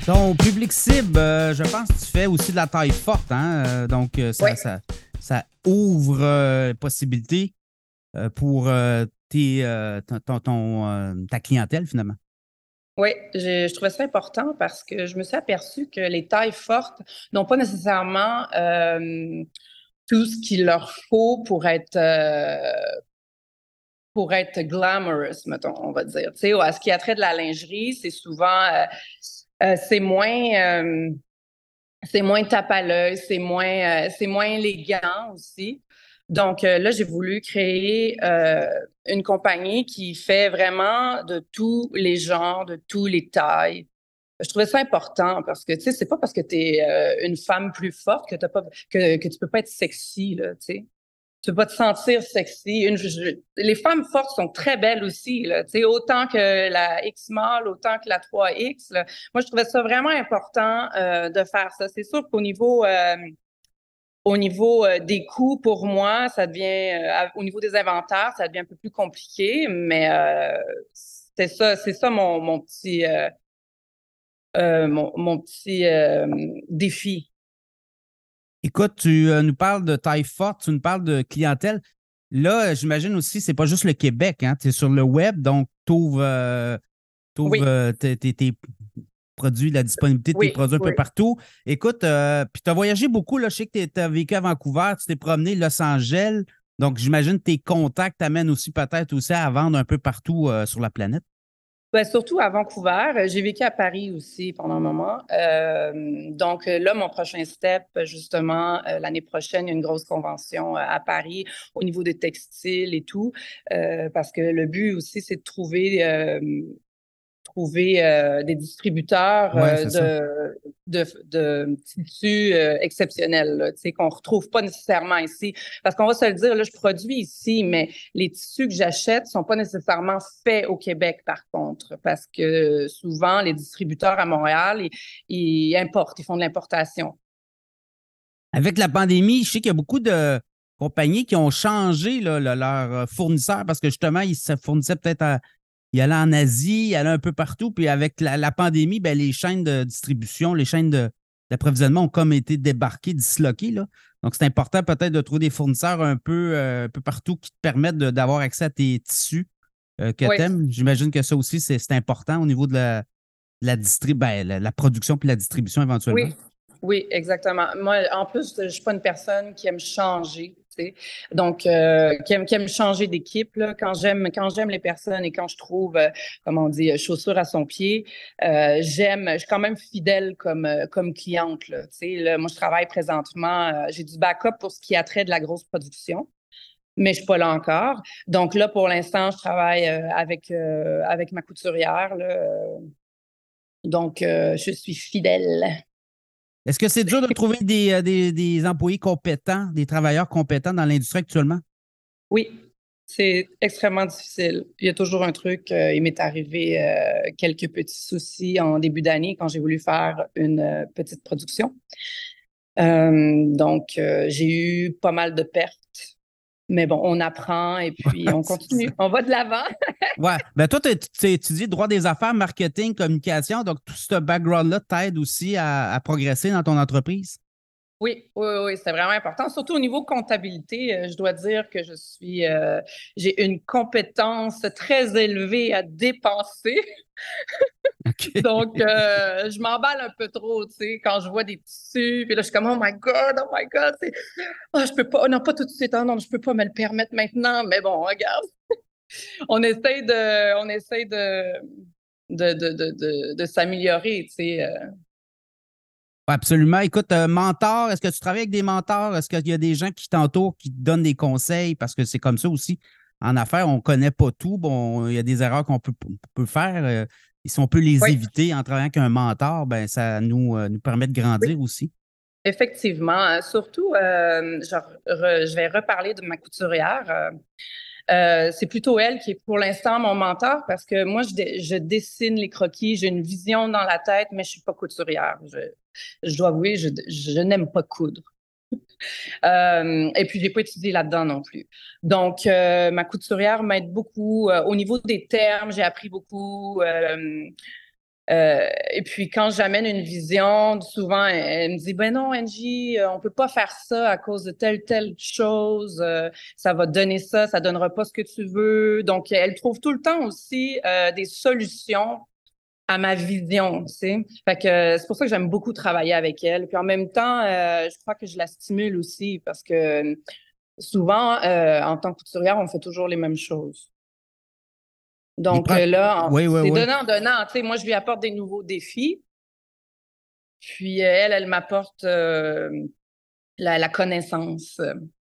Ton public cible, je pense que tu fais aussi de la taille forte, hein? Donc, Oui, ça ouvre possibilité pour ta clientèle, finalement. oui, je trouvais ça important parce que je me suis aperçue que les tailles fortes n'ont pas nécessairement tout ce qu'il leur faut pour être glamorous, mettons, on va dire. Tu sais, à ce qui a trait de la lingerie, c'est souvent euh, c'est moins euh, c'est moins tape à l'œil, c'est moins élégant aussi. Donc là, j'ai voulu créer une compagnie qui fait vraiment de tous les genres, de tous les tailles. Je trouvais ça important parce que, tu sais, c'est pas parce que tu es une femme plus forte que, que tu peux pas être sexy, là, tu sais. Tu peux pas te sentir sexy. Les femmes fortes sont très belles aussi, là, tu sais, autant que la X-Mall, autant que la 3X. Là. Moi, je trouvais ça vraiment important de faire ça. C'est sûr au niveau des coûts, pour moi, ça devient, au niveau des inventaires, ça devient un peu plus compliqué, mais c'est ça mon petit défi. Écoute, tu nous parles de taille forte, tu nous parles de clientèle. Là, j'imagine aussi, c'est pas juste le Québec, hein? Tu es sur le web, donc tu ouvres, Oui, tes produits, la disponibilité de tes oui, produits un peu oui. partout. Écoute, puis tu as voyagé beaucoup, là. Je sais que tu as vécu à Vancouver, tu t'es promené Los Angeles. Donc, j'imagine que tes contacts t'amènent aussi peut-être aussi à vendre un peu partout sur la planète. Ben, surtout à Vancouver. J'ai vécu à Paris aussi pendant un moment. Donc là, mon prochain step, justement, l'année prochaine, il y a une grosse convention à Paris au niveau des textiles et tout, parce que le but aussi, c'est de trouver des distributeurs Ouais, c'est ça. de tissus exceptionnels, là, tu sais, qu'on retrouve pas nécessairement ici. Parce qu'on va se le dire, là, je produis ici, mais les tissus que j'achète sont pas nécessairement faits au Québec, par contre, parce que souvent, les distributeurs à Montréal, ils importent, ils font de l'importation. Avec la pandémie, je sais qu'il y a beaucoup de compagnies qui ont changé là, leur fournisseur parce que justement, ils se fournissaient ils allaient en Asie, ils allaient un peu partout. Puis avec la pandémie, ben, les chaînes de distribution, les chaînes d'approvisionnement ont comme été débarquées, disloquées. Là. Donc, c'est important peut-être de trouver des fournisseurs un peu partout qui te permettent d'avoir accès à tes tissus que tu Oui, aimes. J'imagine que ça aussi, c'est important au niveau de la production puis la distribution éventuellement. oui, oui, exactement. Moi, en plus, je suis pas une personne qui aime changer, tu sais. Donc, qui aime changer d'équipe, là. Quand j'aime les personnes et quand je trouve, comment on dit, chaussure à son pied, je suis quand même fidèle comme cliente, là. Tu sais, là, moi, je travaille présentement, j'ai du backup pour ce qui a trait de la grosse production. Mais je suis pas là encore. Donc là, pour l'instant, je travaille avec ma couturière, là. Donc, je suis fidèle. Est-ce que c'est dur de trouver des employés compétents, des travailleurs compétents dans l'industrie actuellement? Oui, c'est extrêmement difficile. Il y a toujours un truc. Il m'est arrivé quelques petits soucis en début d'année quand j'ai voulu faire une petite production. Donc, j'ai eu pas mal de pertes. Mais bon, on apprend et puis on C'est ça. continue. On va de l'avant. Ouais. Ben toi, tu as étudié droit des affaires, marketing, communication, donc tout ce background-là t'aide aussi à progresser dans ton entreprise. Oui, oui, oui, oui, c'est vraiment important. Surtout au niveau comptabilité, je dois dire que j'ai une compétence très élevée à dépenser. OK. Donc, je m'emballe un peu trop, tu sais, quand je vois des tissus, puis là, je suis comme, oh my God, je peux pas, oh non, pas tout de suite, oh non, je peux pas me le permettre maintenant, mais bon, regarde, on essaye de s'améliorer, tu sais. Ouais, absolument. Écoute, mentor, est-ce que tu travailles avec des mentors? Est-ce qu'il y a des gens qui t'entourent, qui te donnent des conseils? Parce que c'est comme ça aussi. En affaires, on ne connaît pas tout. Bon, il y a des erreurs peut faire. Et si on peut les Oui, éviter en travaillant avec un mentor, ben, ça nous permet de oui, grandir aussi. effectivement. Surtout, je vais reparler de ma couturière. C'est plutôt elle qui est pour l'instant mon mentor parce que moi, je dessine les croquis, j'ai une vision dans la tête, mais je suis pas couturière. Je dois avouer, je n'aime pas coudre. Et puis, j'ai pas étudié là-dedans non plus. Donc, ma couturière m'aide beaucoup. Au niveau des termes, j'ai appris beaucoup. Et puis, quand j'amène une vision, souvent, elle me dit, ben non, Angie, on peut pas faire ça à cause de telle chose. Ça va donner ça, ça donnera pas ce que tu veux. Donc, elle trouve tout le temps aussi des solutions à ma vision, tu sais. Fait que c'est pour ça que j'aime beaucoup travailler avec elle. Puis en même temps, je crois que je la stimule aussi parce que souvent, en tant que couturière, on fait toujours les mêmes choses. Donc Oui, oui, c'est oui. donnant. Tu sais, moi, je lui apporte des nouveaux défis. Puis elle m'apporte la connaissance.